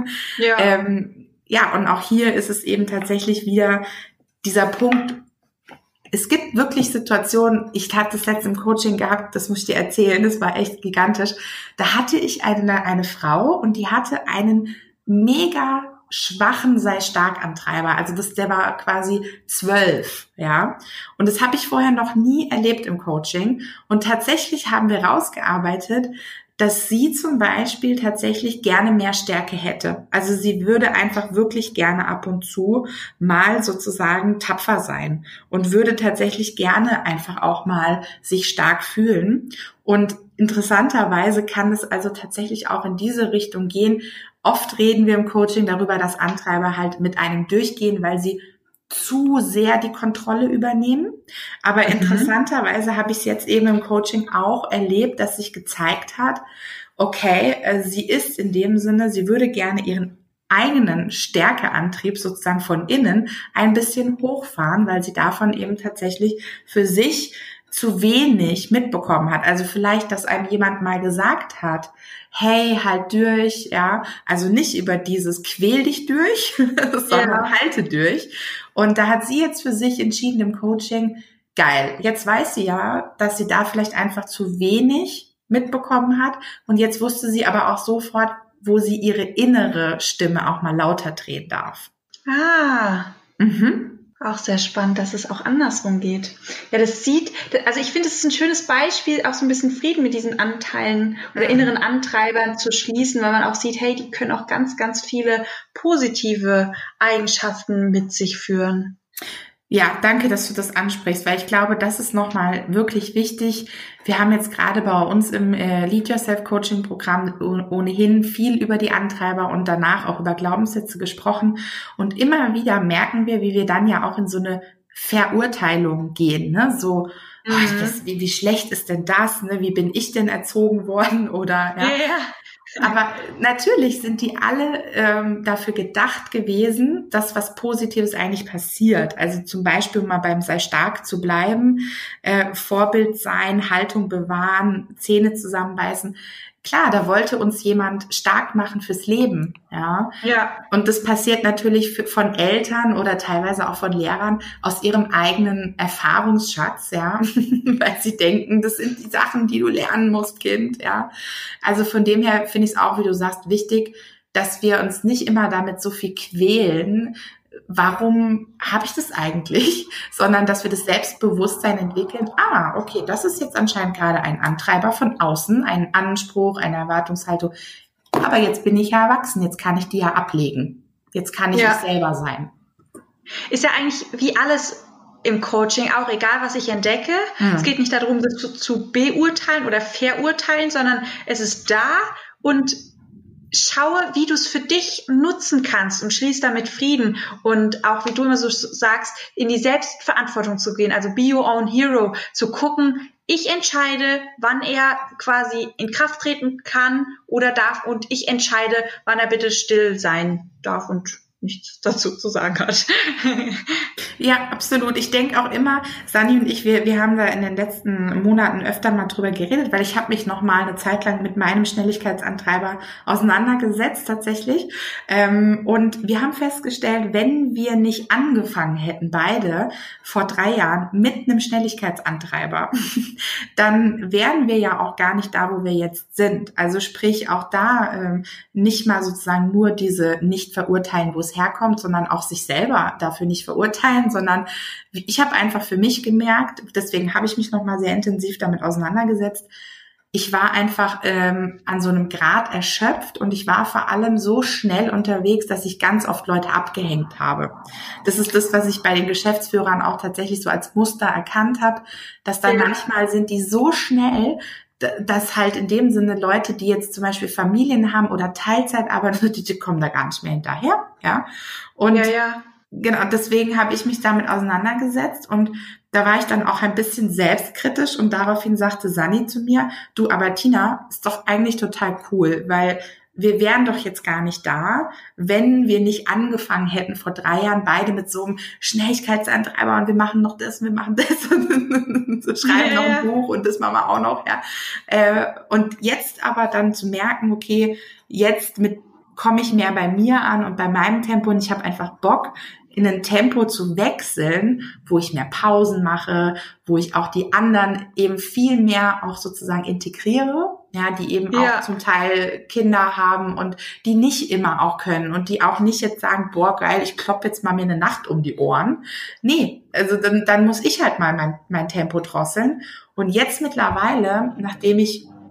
Ja, und auch hier ist es eben tatsächlich wieder dieser Punkt, es gibt wirklich Situationen, ich hatte das letzte im Coaching gehabt, das muss ich dir erzählen, das war echt gigantisch. Da hatte ich eine Frau und die hatte einen mega schwachen Sei-Stark-Antreiber. Also der war quasi 12, ja. Und das habe ich vorher noch nie erlebt im Coaching. Und tatsächlich haben wir rausgearbeitet, dass sie zum Beispiel tatsächlich gerne mehr Stärke hätte. Also sie würde einfach wirklich gerne ab und zu mal sozusagen tapfer sein und würde tatsächlich gerne einfach auch mal sich stark fühlen. Und interessanterweise kann es also tatsächlich auch in diese Richtung gehen. Oft reden wir im Coaching darüber, dass Antreiber halt mit einem durchgehen, weil sie zu sehr die Kontrolle übernehmen. Aber interessanterweise habe ich es jetzt eben im Coaching auch erlebt, dass sich gezeigt hat, okay, sie ist in dem Sinne, sie würde gerne ihren eigenen Stärkeantrieb sozusagen von innen ein bisschen hochfahren, weil sie davon eben tatsächlich für sich zu wenig mitbekommen hat. Also vielleicht, dass einem jemand mal gesagt hat, hey, halt durch, ja, also nicht über dieses quäl dich durch, sondern halte durch. Und da hat sie jetzt für sich entschieden im Coaching, geil, jetzt weiß sie ja, dass sie da vielleicht einfach zu wenig mitbekommen hat und jetzt wusste sie aber auch sofort, wo sie ihre innere Stimme auch mal lauter drehen darf. Auch sehr spannend, dass es auch andersrum geht. Ja, also ich finde, es ist ein schönes Beispiel, auch so ein bisschen Frieden mit diesen Anteilen oder inneren Antreibern zu schließen, weil man auch sieht, hey, die können auch ganz, ganz viele positive Eigenschaften mit sich führen. Ja, danke, dass du das ansprichst, weil ich glaube, das ist nochmal wirklich wichtig. Wir haben jetzt gerade bei uns im Lead Yourself Coaching Programm ohnehin viel über die Antreiber und danach auch über Glaubenssätze gesprochen. Und immer wieder merken wir, wie wir dann ja auch in so eine Verurteilung gehen, ne? So, wie schlecht ist denn das? Ne? Wie bin ich denn erzogen worden? Oder ja. Aber natürlich sind die alle dafür gedacht gewesen, dass was Positives eigentlich passiert. Also zum Beispiel mal beim Sei stark zu bleiben, Vorbild sein, Haltung bewahren, Zähne zusammenbeißen. Klar, da wollte uns jemand stark machen fürs Leben, ja. Und das passiert natürlich von Eltern oder teilweise auch von Lehrern aus ihrem eigenen Erfahrungsschatz, ja, weil sie denken, das sind die Sachen, die du lernen musst, Kind, ja. Also von dem her finde ich es auch, wie du sagst, wichtig, dass wir uns nicht immer damit so viel quälen, warum habe ich das eigentlich, sondern dass wir das Selbstbewusstsein entwickeln, okay, das ist jetzt anscheinend gerade ein Antreiber von außen, ein Anspruch, eine Erwartungshaltung, aber jetzt bin ich ja erwachsen, jetzt kann ich die ja ablegen, jetzt kann ich selber sein. Ist ja eigentlich wie alles im Coaching auch, egal was ich entdecke, es geht nicht darum, das zu beurteilen oder verurteilen, sondern es ist da und schaue, wie du es für dich nutzen kannst und schließ damit Frieden und auch, wie du immer so sagst, in die Selbstverantwortung zu gehen, also be your own hero, zu gucken, ich entscheide, wann er quasi in Kraft treten kann oder darf und ich entscheide, wann er bitte still sein darf und nichts dazu zu sagen hat. Ja, absolut. Ich denke auch immer, Sani und ich, wir haben da in den letzten Monaten öfter mal drüber geredet, weil ich habe mich noch mal eine Zeit lang mit meinem Schnelligkeitsantreiber auseinandergesetzt tatsächlich. Und wir haben festgestellt, wenn wir nicht angefangen hätten, beide vor 3 Jahren mit einem Schnelligkeitsantreiber, dann wären wir ja auch gar nicht da, wo wir jetzt sind. Also sprich auch da nicht mal sozusagen nur diese nicht verurteilen, wo es herkommt, sondern auch sich selber dafür nicht verurteilen, sondern ich habe einfach für mich gemerkt, deswegen habe ich mich nochmal sehr intensiv damit auseinandergesetzt, ich war einfach an so einem Grad erschöpft und ich war vor allem so schnell unterwegs, dass ich ganz oft Leute abgehängt habe. Das ist das, was ich bei den Geschäftsführern auch tatsächlich so als Muster erkannt habe, dass dann manchmal sind die so schnell, dass halt in dem Sinne Leute, die jetzt zum Beispiel Familien haben oder Teilzeit arbeiten, die kommen da gar nicht mehr hinterher, ja. Und genau, deswegen habe ich mich damit auseinandergesetzt und da war ich dann auch ein bisschen selbstkritisch und daraufhin sagte Sani zu mir, du, aber Tina, ist doch eigentlich total cool, weil wir wären doch jetzt gar nicht da, wenn wir nicht angefangen hätten vor 3 Jahren beide mit so einem Schnelligkeitsantreiber und wir machen noch das, wir machen das und so schreiben noch ein Buch und das machen wir auch noch, ja. Und jetzt aber dann zu merken, okay, jetzt komme ich mehr bei mir an und bei meinem Tempo und ich habe einfach Bock, in ein Tempo zu wechseln, wo ich mehr Pausen mache, wo ich auch die anderen eben viel mehr auch sozusagen integriere, ja, die eben auch zum Teil Kinder haben und die nicht immer auch können und die auch nicht jetzt sagen, boah, geil, ich klopp jetzt mal mir eine Nacht um die Ohren. Nee, also dann muss ich halt mal mein Tempo drosseln. Und jetzt mittlerweile, nachdem ich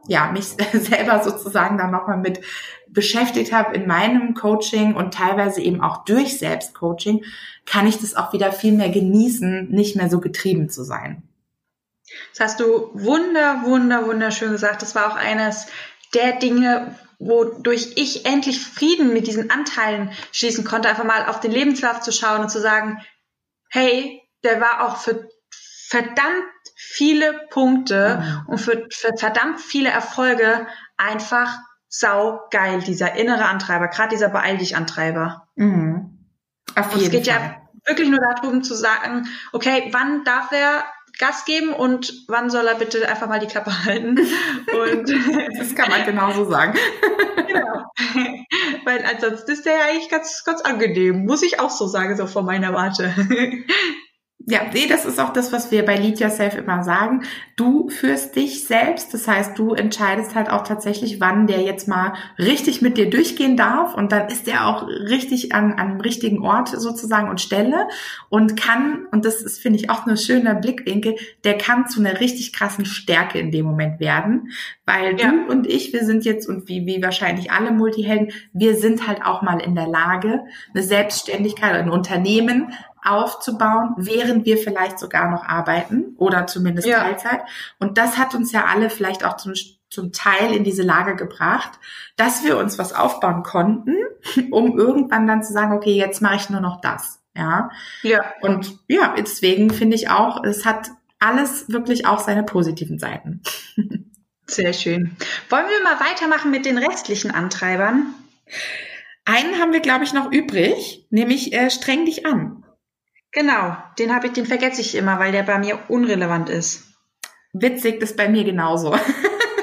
mich selber sozusagen dann nochmal mit beschäftigt habe in meinem Coaching und teilweise eben auch durch Selbstcoaching, kann ich das auch wieder viel mehr genießen, nicht mehr so getrieben zu sein. Das hast du wunderschön gesagt. Das war auch eines der Dinge, wodurch ich endlich Frieden mit diesen Anteilen schließen konnte, einfach mal auf den Lebenslauf zu schauen und zu sagen, hey, der war auch für verdammt viele Punkte und für verdammt viele Erfolge einfach saugeil, dieser innere Antreiber, gerade dieser Beeil dich Antreiber. Mhm. Auf jeden Fall. Es geht ja wirklich nur darum zu sagen, okay, wann darf er Gas geben und wann soll er bitte einfach mal die Klappe halten? Und das kann man genauso sagen. Genau. Weil ansonsten ist der ja eigentlich ganz, ganz angenehm, muss ich auch so sagen, so von meiner Warte. Ja, das ist auch das, was wir bei Lead Yourself immer sagen. Du führst dich selbst, das heißt, du entscheidest halt auch tatsächlich, wann der jetzt mal richtig mit dir durchgehen darf und dann ist der auch richtig am richtigen Ort sozusagen und Stelle und kann, und das ist, finde ich, auch ein schöner Blickwinkel, der kann zu einer richtig krassen Stärke in dem Moment werden, weil du und ich, wir sind jetzt, und wie wahrscheinlich alle Multihelden, wir sind halt auch mal in der Lage, eine Selbstständigkeit, ein Unternehmen aufzubauen, während wir vielleicht sogar noch arbeiten oder zumindest Teilzeit. Und das hat uns ja alle vielleicht auch zum Teil in diese Lage gebracht, dass wir uns was aufbauen konnten, um irgendwann dann zu sagen, okay, jetzt mache ich nur noch das. Ja. Und deswegen finde ich auch, es hat alles wirklich auch seine positiven Seiten. Sehr schön. Wollen wir mal weitermachen mit den restlichen Antreibern? Einen haben wir, glaube ich, noch übrig, nämlich streng dich an. Genau, den vergesse ich immer, weil der bei mir unrelevant ist. Witzig, das ist bei mir genauso. Ach,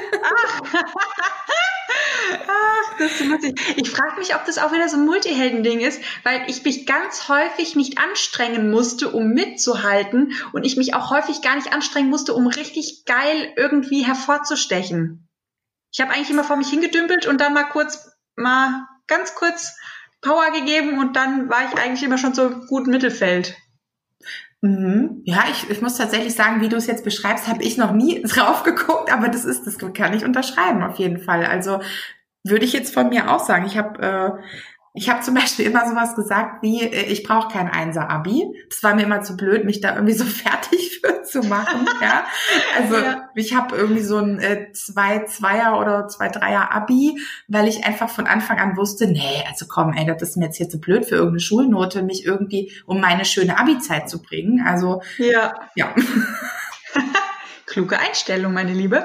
das ist so lustig. Ich frage mich, ob das auch wieder so ein Multihelden-Ding ist, weil ich mich ganz häufig nicht anstrengen musste, um mitzuhalten und ich mich auch häufig gar nicht anstrengen musste, um richtig geil irgendwie hervorzustechen. Ich habe eigentlich immer vor mich hingedümpelt und dann ganz kurz Power gegeben und dann war ich eigentlich immer schon so gut im Mittelfeld. Ja, ich muss tatsächlich sagen, wie du es jetzt beschreibst, habe ich noch nie drauf geguckt, aber das kann ich unterschreiben auf jeden Fall. Also würde ich jetzt von mir auch sagen. Ich habe zum Beispiel immer sowas gesagt wie, ich brauche kein 1er-Abi. Das war mir immer zu blöd, mich da irgendwie so fertig für zu machen. Ja, also ich habe irgendwie so ein 2-2er oder 2-3er-Abi, weil ich einfach von Anfang an wusste, nee, also komm, ey, das ist mir jetzt hier zu blöd für irgendeine Schulnote, mich irgendwie um meine schöne Abi-Zeit zu bringen. Also ja. Kluge Einstellung, meine Liebe.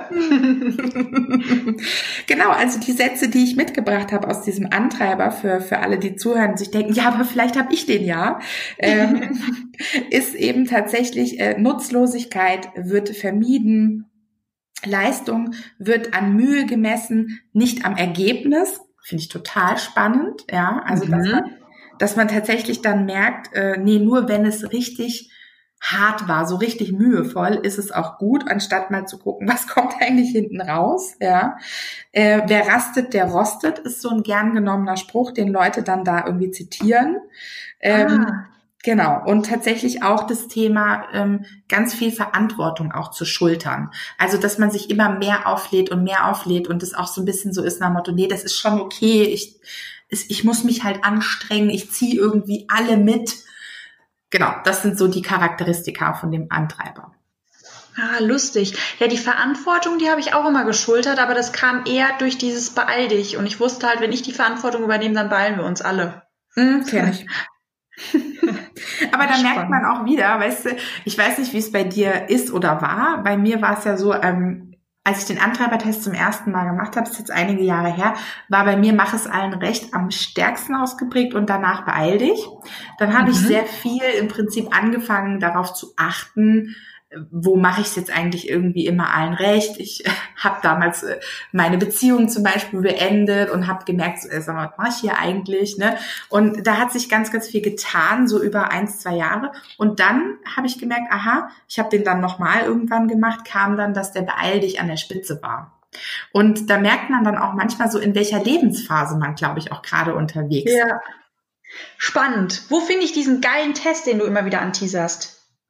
Genau, also die Sätze, die ich mitgebracht habe aus diesem Antreiber für alle, die zuhören und sich denken, ja, aber vielleicht habe ich den ja, ist eben tatsächlich Nutzlosigkeit wird vermieden, Leistung wird an Mühe gemessen, nicht am Ergebnis. Finde ich total spannend, ja, also dass man tatsächlich dann merkt, nur wenn es richtig hart war, so richtig mühevoll, ist es auch gut, anstatt mal zu gucken, was kommt eigentlich hinten raus, ja. Wer rastet, der rostet, ist so ein gern genommener Spruch, den Leute dann da irgendwie zitieren. Genau. Und tatsächlich auch das Thema, ganz viel Verantwortung auch zu schultern. Also, dass man sich immer mehr auflädt und das auch so ein bisschen so ist nach dem Motto, nee, das ist schon okay, ich muss mich halt anstrengen, ich ziehe irgendwie alle mit. Genau, das sind so die Charakteristika von dem Antreiber. Lustig. Ja, die Verantwortung, die habe ich auch immer geschultert, aber das kam eher durch dieses Beeil dich. Und ich wusste halt, wenn ich die Verantwortung übernehme, dann beeilen wir uns alle. Kenn ich. Aber da merkt man auch wieder, weißt du, ich weiß nicht, wie es bei dir ist oder war. Bei mir war es ja so, als ich den Antreibertest zum ersten Mal gemacht habe, ist jetzt einige Jahre her, war bei mir, mach es allen recht, am stärksten ausgeprägt und danach beeil dich. Dann habe ich sehr viel im Prinzip angefangen, darauf zu achten, wo mache ich es jetzt eigentlich irgendwie immer allen recht. Ich habe damals meine Beziehung zum Beispiel beendet und habe gemerkt, sag mal, was mache ich hier eigentlich? Ne? Und da hat sich ganz, ganz viel getan, so über 1-2 Jahre. Und dann habe ich gemerkt, ich habe den dann nochmal irgendwann gemacht, kam dann, dass der Beeil dich an der Spitze war. Und da merkt man dann auch manchmal so, in welcher Lebensphase man, glaube ich, auch gerade unterwegs ist. Ja. Spannend. Wo finde ich diesen geilen Test, den du immer wieder anteaserst?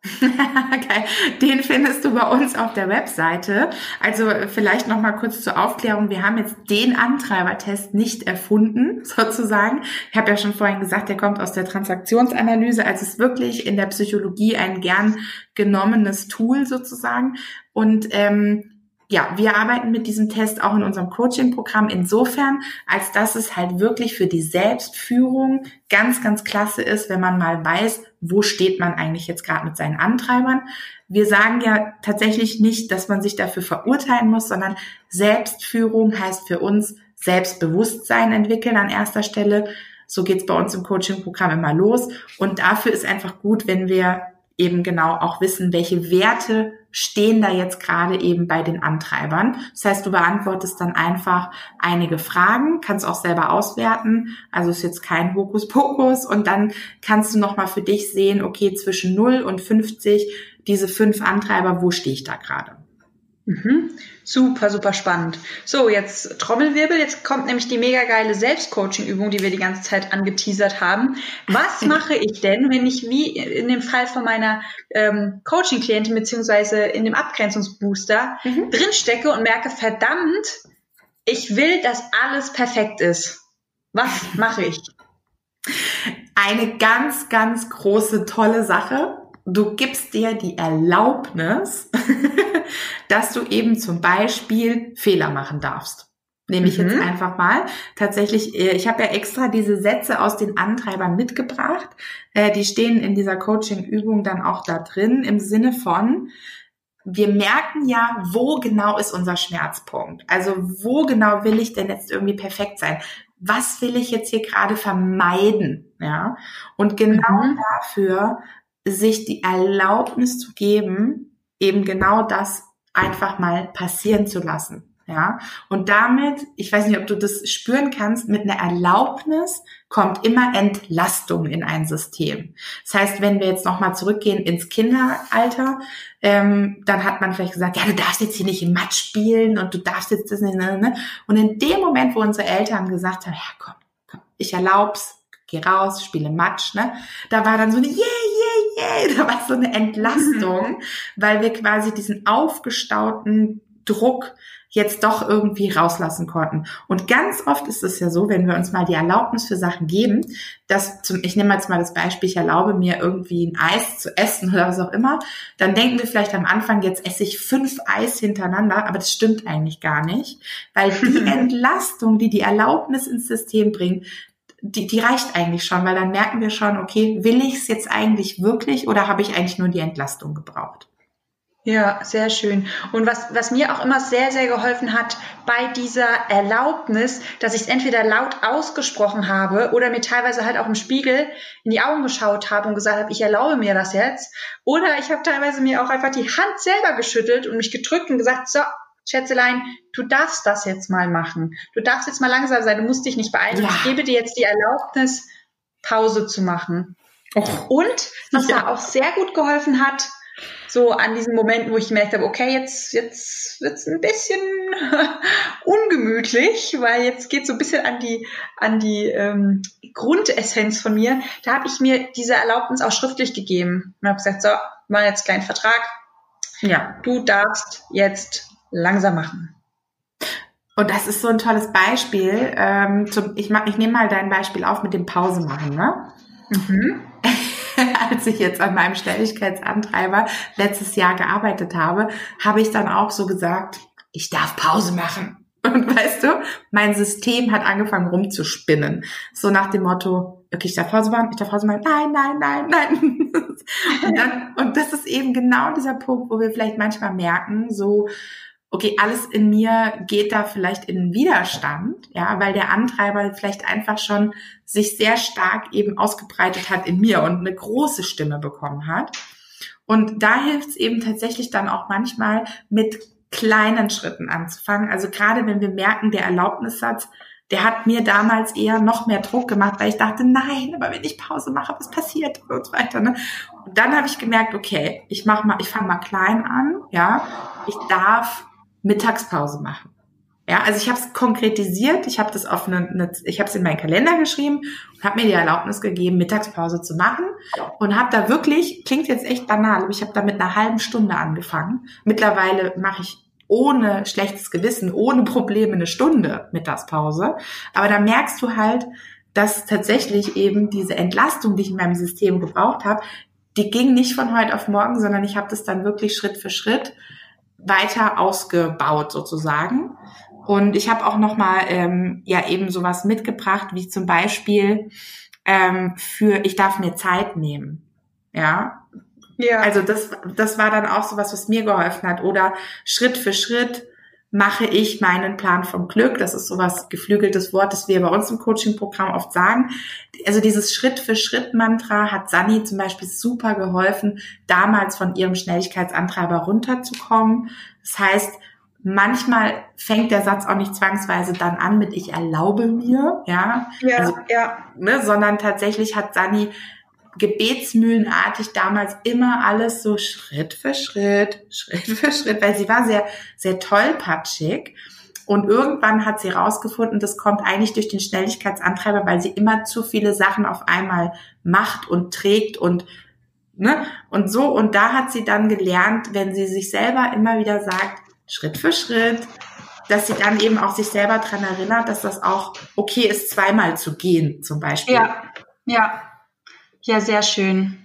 Geil. Den findest du bei uns auf der Webseite. Also vielleicht noch mal kurz zur Aufklärung. Wir haben jetzt den Antreibertest nicht erfunden, sozusagen. Ich habe ja schon vorhin gesagt, der kommt aus der Transaktionsanalyse. Also es ist wirklich in der Psychologie ein gern genommenes Tool sozusagen. Und wir arbeiten mit diesem Test auch in unserem Coaching-Programm insofern, als dass es halt wirklich für die Selbstführung ganz, ganz klasse ist, wenn man mal weiß, wo steht man eigentlich jetzt gerade mit seinen Antreibern. Wir sagen ja tatsächlich nicht, dass man sich dafür verurteilen muss, sondern Selbstführung heißt für uns Selbstbewusstsein entwickeln an erster Stelle. So geht's bei uns im Coaching-Programm immer los. Und dafür ist einfach gut, wenn wir eben genau auch wissen, welche Werte stehen da jetzt gerade eben bei den Antreibern. Das heißt, du beantwortest dann einfach einige Fragen, kannst auch selber auswerten, also ist jetzt kein Hokuspokus, und dann kannst du nochmal für dich sehen, okay, zwischen 0 und 50, diese 5 Antreiber, wo stehe ich da gerade? Mhm. Super, super spannend. So, jetzt Trommelwirbel, jetzt kommt nämlich die mega geile Selbstcoaching-Übung, die wir die ganze Zeit angeteasert haben. Was mache ich denn, wenn ich wie in dem Fall von meiner Coaching-Klientin beziehungsweise in dem Abgrenzungsbooster drinstecke und merke, verdammt, ich will, dass alles perfekt ist. Was mache ich? Eine ganz, ganz große, tolle Sache. Du gibst dir die Erlaubnis, dass du eben zum Beispiel Fehler machen darfst. Nehme ich jetzt einfach mal. Tatsächlich, ich habe ja extra diese Sätze aus den Antreibern mitgebracht. Die stehen in dieser Coaching-Übung dann auch da drin, im Sinne von, wir merken ja, wo genau ist unser Schmerzpunkt. Also wo genau will ich denn jetzt irgendwie perfekt sein? Was will ich jetzt hier gerade vermeiden? Ja? Und genau dafür sich die Erlaubnis zu geben, eben genau das einfach mal passieren zu lassen. Ja, und damit, ich weiß nicht, ob du das spüren kannst, mit einer Erlaubnis kommt immer Entlastung in ein System. Das heißt, wenn wir jetzt nochmal zurückgehen ins Kinderalter, dann hat man vielleicht gesagt, ja, du darfst jetzt hier nicht im Matsch spielen und du darfst jetzt das nicht, ne? Und in dem Moment, wo unsere Eltern gesagt haben, ja, komm, ich erlaub's, geh raus, spiele Matsch, ne? Da war dann so eine da war so eine Entlastung, weil wir quasi diesen aufgestauten Druck jetzt doch irgendwie rauslassen konnten. Und ganz oft ist es ja so, wenn wir uns mal die Erlaubnis für Sachen geben, dass ich nehme jetzt mal das Beispiel, ich erlaube mir irgendwie ein Eis zu essen oder was auch immer, dann denken wir vielleicht am Anfang, jetzt esse ich 5 Eis hintereinander, aber das stimmt eigentlich gar nicht, weil die Entlastung, die Erlaubnis ins System bringt, die reicht eigentlich schon, weil dann merken wir schon, okay, will ich es jetzt eigentlich wirklich oder habe ich eigentlich nur die Entlastung gebraucht? Ja, sehr schön. Und was mir auch immer sehr, sehr geholfen hat bei dieser Erlaubnis, dass ich es entweder laut ausgesprochen habe oder mir teilweise halt auch im Spiegel in die Augen geschaut habe und gesagt habe, ich erlaube mir das jetzt. Oder ich habe teilweise mir auch einfach die Hand selber geschüttelt und mich gedrückt und gesagt, so, Schätzelein, du darfst das jetzt mal machen. Du darfst jetzt mal langsam sein, du musst dich nicht beeilen. Ja. Ich gebe dir jetzt die Erlaubnis, Pause zu machen. Und was da auch sehr gut geholfen hat, so an diesen Momenten, wo ich gemerkt habe, okay, jetzt wird's ein bisschen ungemütlich, weil jetzt geht's so ein bisschen an die Grundessenz von mir. Da habe ich mir diese Erlaubnis auch schriftlich gegeben und habe gesagt, so, mal jetzt kleinen Vertrag. Ja, du darfst jetzt langsam machen. Und das ist so ein tolles Beispiel. Ich nehme mal dein Beispiel auf mit dem Pause machen, ne? Als ich jetzt an meinem Schnelligkeitsantreiber letztes Jahr gearbeitet habe, habe ich dann auch so gesagt, ich darf Pause machen. Und weißt du, mein System hat angefangen rumzuspinnen. So nach dem Motto, okay, ich darf Pause machen, nein. Und das ist eben genau dieser Punkt, wo wir vielleicht manchmal merken, so, okay, alles in mir geht da vielleicht in Widerstand, ja, weil der Antreiber vielleicht einfach schon sich sehr stark eben ausgebreitet hat in mir und eine große Stimme bekommen hat. Und da hilft es eben tatsächlich dann auch manchmal mit kleinen Schritten anzufangen. Also gerade wenn wir merken, der Erlaubnissatz, der hat mir damals eher noch mehr Druck gemacht, weil ich dachte, nein, aber wenn ich Pause mache, was passiert und so weiter, ne? Und dann habe ich gemerkt, okay, ich fange mal klein an, ja, ich darf Mittagspause machen. Ja, also ich habe es konkretisiert, ich habe das ich habe es in meinen Kalender geschrieben und habe mir die Erlaubnis gegeben, Mittagspause zu machen und habe da wirklich, klingt jetzt echt banal, aber ich habe da mit einer halben Stunde angefangen. Mittlerweile mache ich ohne schlechtes Gewissen, ohne Probleme eine Stunde Mittagspause, aber da merkst du halt, dass tatsächlich eben diese Entlastung, die ich in meinem System gebraucht habe, die ging nicht von heute auf morgen, sondern ich habe das dann wirklich Schritt für Schritt weiter ausgebaut sozusagen. Und ich habe auch nochmal eben sowas mitgebracht, wie zum Beispiel ich darf mir Zeit nehmen. Ja. Also das war dann auch sowas, was mir geholfen hat. Oder Schritt für Schritt mache ich meinen Plan vom Glück. Das ist sowas geflügeltes Wort, das wir bei uns im Coaching-Programm oft sagen. Also dieses Schritt-für-Schritt-Mantra hat Sani zum Beispiel super geholfen, damals von ihrem Schnelligkeitsantreiber runterzukommen. Das heißt, manchmal fängt der Satz auch nicht zwangsweise dann an mit "Ich erlaube mir", sondern tatsächlich hat Sani gebetsmühlenartig damals immer alles so Schritt für Schritt, weil sie war sehr, sehr tollpatschig. Und irgendwann hat sie rausgefunden, das kommt eigentlich durch den Schnelligkeitsantreiber, weil sie immer zu viele Sachen auf einmal macht und trägt und so. Und da hat sie dann gelernt, wenn sie sich selber immer wieder sagt, Schritt für Schritt, dass sie dann eben auch sich selber dran erinnert, dass das auch okay ist, zweimal zu gehen, zum Beispiel. Ja, sehr schön.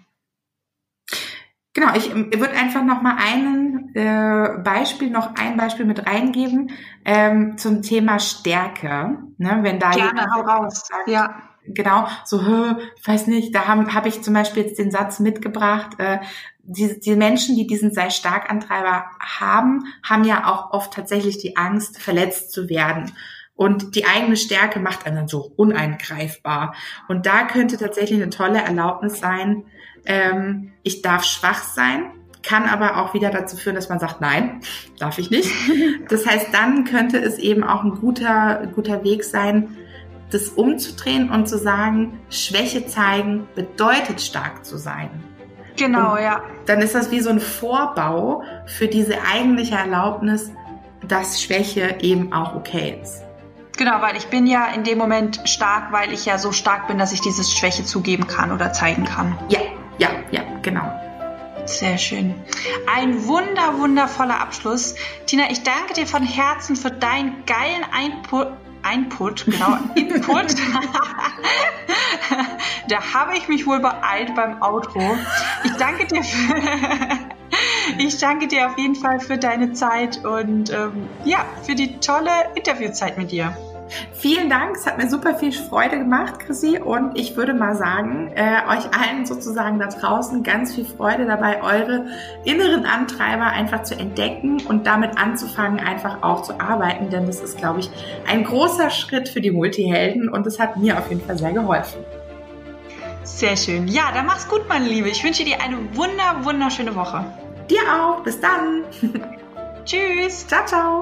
Genau, ich würde einfach noch mal ein Beispiel mit reingeben zum Thema Stärke. Ne, wenn da gerne, hau raus. Sagt, ja. Genau, so, ich weiß nicht, da habe ich zum Beispiel jetzt den Satz mitgebracht, die Menschen, die diesen Sei-Stark-Antreiber haben ja auch oft tatsächlich die Angst, verletzt zu werden. Und die eigene Stärke macht einen dann so uneingreifbar. Und da könnte tatsächlich eine tolle Erlaubnis sein, ich darf schwach sein, kann aber auch wieder dazu führen, dass man sagt, nein, darf ich nicht. Das heißt, dann könnte es eben auch ein guter Weg sein, das umzudrehen und zu sagen, Schwäche zeigen bedeutet stark zu sein. Genau, und dann ist das wie so ein Vorbau für diese eigentliche Erlaubnis, dass Schwäche eben auch okay ist. Genau, weil ich bin ja in dem Moment stark, weil ich ja so stark bin, dass ich diese Schwäche zugeben kann oder zeigen kann. Ja, genau. Sehr schön. Ein wundervoller Abschluss. Tina, ich danke dir von Herzen für deinen geilen Input. Da habe ich mich wohl beeilt beim Outro. Ich danke dir auf jeden Fall für deine Zeit und für die tolle Interviewzeit mit dir. Vielen Dank, es hat mir super viel Freude gemacht, Chrissy, und ich würde mal sagen, euch allen sozusagen da draußen ganz viel Freude dabei, eure inneren Antreiber einfach zu entdecken und damit anzufangen, einfach auch zu arbeiten, denn das ist, glaube ich, ein großer Schritt für die Multihelden und es hat mir auf jeden Fall sehr geholfen. Sehr schön. Ja, dann mach's gut, meine Liebe. Ich wünsche dir eine wunderschöne Woche. Dir auch. Bis dann. Tschüss. Ciao, ciao.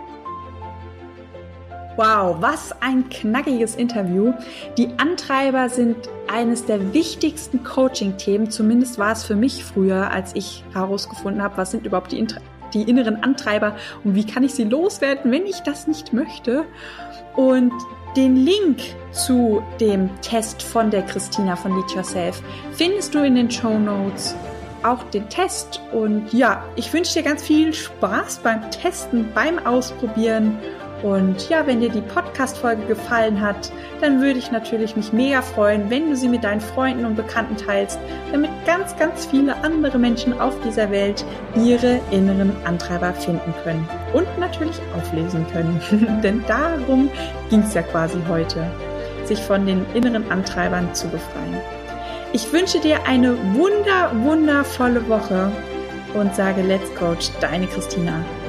Wow, was ein knackiges Interview. Die Antreiber sind eines der wichtigsten Coaching-Themen. Zumindest war es für mich früher, als ich herausgefunden habe, was sind überhaupt die inneren Antreiber und wie kann ich sie loswerden, wenn ich das nicht möchte. Und den Link zu dem Test von der Christina von Lead Yourself findest du in den Shownotes. Auch den Test. Und ja, ich wünsche dir ganz viel Spaß beim Testen, beim Ausprobieren. Und ja, wenn dir die Podcast-Folge gefallen hat, dann würde ich natürlich mich mega freuen, wenn du sie mit deinen Freunden und Bekannten teilst, damit ganz viele andere Menschen auf dieser Welt ihre inneren Antreiber finden können und natürlich auflesen können. Denn darum ging es ja quasi heute, sich von den inneren Antreibern zu befreien. Ich wünsche dir eine wundervolle Woche und sage Let's Coach, deine Christina.